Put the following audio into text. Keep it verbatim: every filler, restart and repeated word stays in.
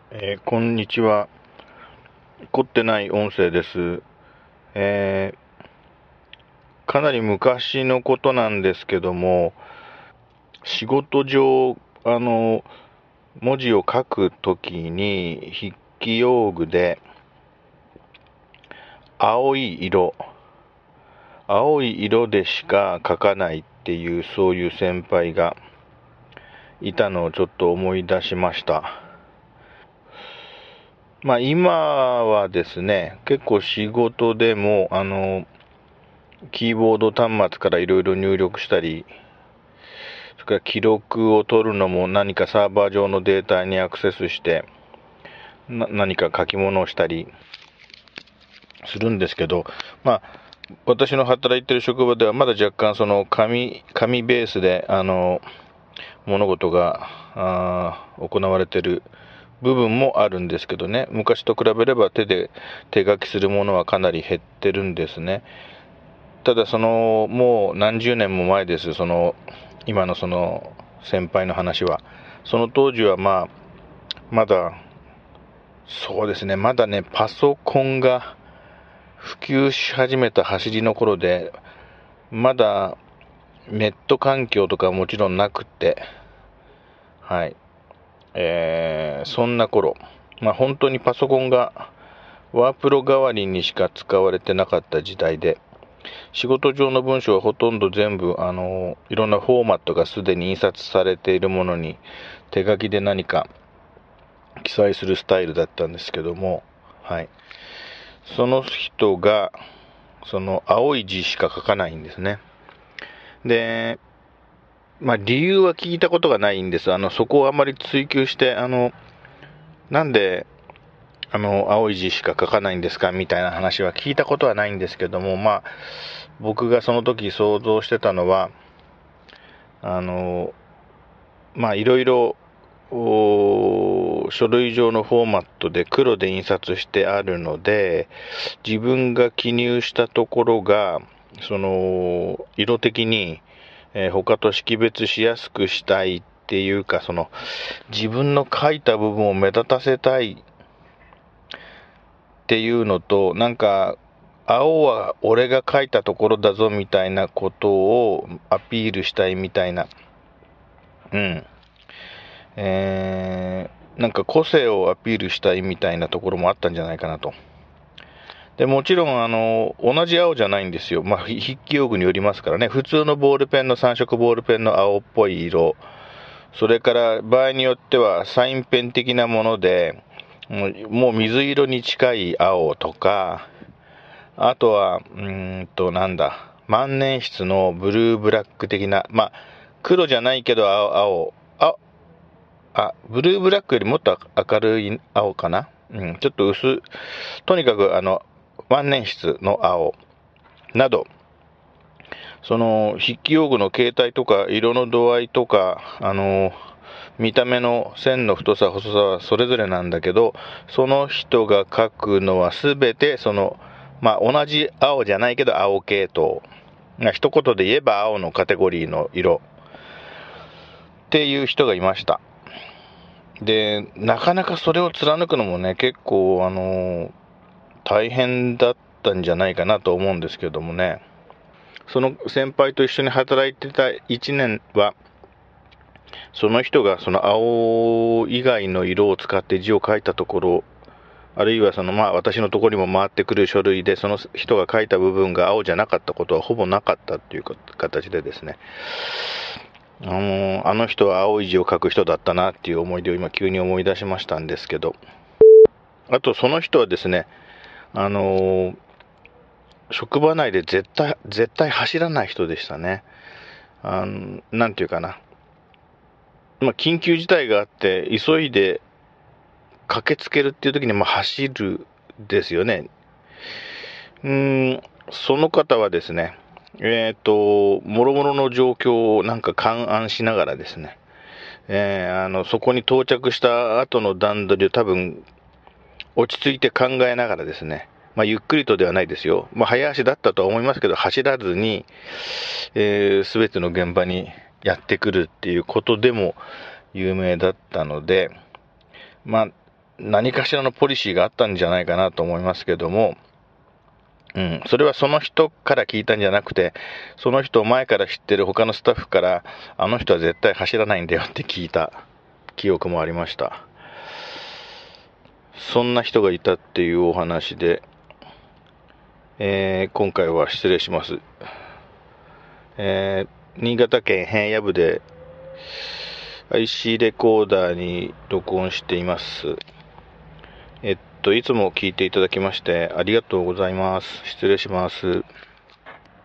えーこんにちは。凝ってない音声です。えーかなり昔のことなんですけども、仕事上、あの、文字を書くときに筆記用具で青い色、青い色でしか書かないっていう、そういう先輩がいたのをちょっと思い出しました。まあ今はですね、結構仕事でも、あの、キーボード端末からいろいろ入力したり、それから記録を取るのも何かサーバー上のデータにアクセスしてな何か書き物をしたりするんですけど、まあ私の働いている職場ではまだ若干その紙紙ベースであの物事があ行われている部分もあるんですけどね、昔と比べれば手で手書きするものはかなり減ってるんですね。ただそのもう何十年も前です。その今のその先輩の話は、その当時はまあまだそうですね、まだねパソコンが普及し始めた走りの頃で、まだネット環境とかもちろんなくて、はい、えーそんな頃、まあ本当にパソコンがワープロ代わりにしか使われてなかった時代で、仕事上の文章はほとんど全部あのいろんなフォーマットがすでに印刷されているものに手書きで何か記載するスタイルだったんですけども、はい、その人がその青い字しか書かないんですね。で、まあ理由は聞いたことがないんです。あのそこをあまり追求して、あのなんであの青い字しか書かないんですかみたいな話は聞いたことはないんですけども、まあ僕がその時想像してたのは、あのまあいろいろ書類上のフォーマットで黒で印刷してあるので、自分が記入したところがその色的に、えー他と識別しやすくしたいっていうか、その自分の書いた部分を目立たせたいっていうのと、なんか青は俺が書いたところだぞみたいなことをアピールしたいみたいな、うんえーなんか個性をアピールしたいみたいなところもあったんじゃないかなと。でもちろんあの同じ青じゃないんですよ。まあ筆記用具によりますからね。普通のボールペンのさん色ボールペンの青っぽい色、それから場合によってはサインペン的なものでもうもう水色に近い青とか、あとはうーんとなんだ万年筆のブルーブラック的な、まあ黒じゃないけど青青ああ、ブルーブラックよりもっと明るい青かな。うん、ちょっと薄、とにかくあの、万年筆の青など、その筆記用具の形態とか色の度合いとか、あの、見た目の線の太さ細さはそれぞれなんだけど、その人が書くのはすべてその、まあ同じ青じゃないけど青系統。一言で言えば青のカテゴリーの色っていう人がいました。で、なかなかそれを貫くのもね、結構、あの、大変だったんじゃないかなと思うんですけどもね。その先輩と一緒に働いてたいちねんは、その人がその青以外の色を使って字を書いたところ、あるいはそのまあ私のところにも回ってくる書類でその人が書いた部分が青じゃなかったことはほぼなかったっていう形でですね、あのあの人は青い字を書く人だったなっていう思い出を今急に思い出しましたんですけど、あとその人はですね、あの職場内で絶対絶対走らない人でしたね。あのなんていうかな、まあ、緊急事態があって急いで駆けつけるっていう時にまあ走るですよね。うーんその方はですね、えっ、と諸々の状況をなんか勘案しながらですね、えーあのそこに到着した後の段取りを多分落ち着いて考えながらですね、まあ、ゆっくりとではないですよ。まあ、早足だったとは思いますけど、走らずに、えー、全ての現場にやってくるっていうことでも有名だったので、まあ、 何かしらのポリシーがあったんじゃないかなと思いますけども、うん、それはその人から聞いたんじゃなくて、その人を前から知ってる他のスタッフから、あの人は絶対走らないんだよって聞いた記憶もありました。そんな人がいたっていうお話で、えー、今回は失礼します。えー、新潟県平野部で アイシー レコーダーに録音しています。えっと、いつも聞いていただきましてありがとうございます。失礼します。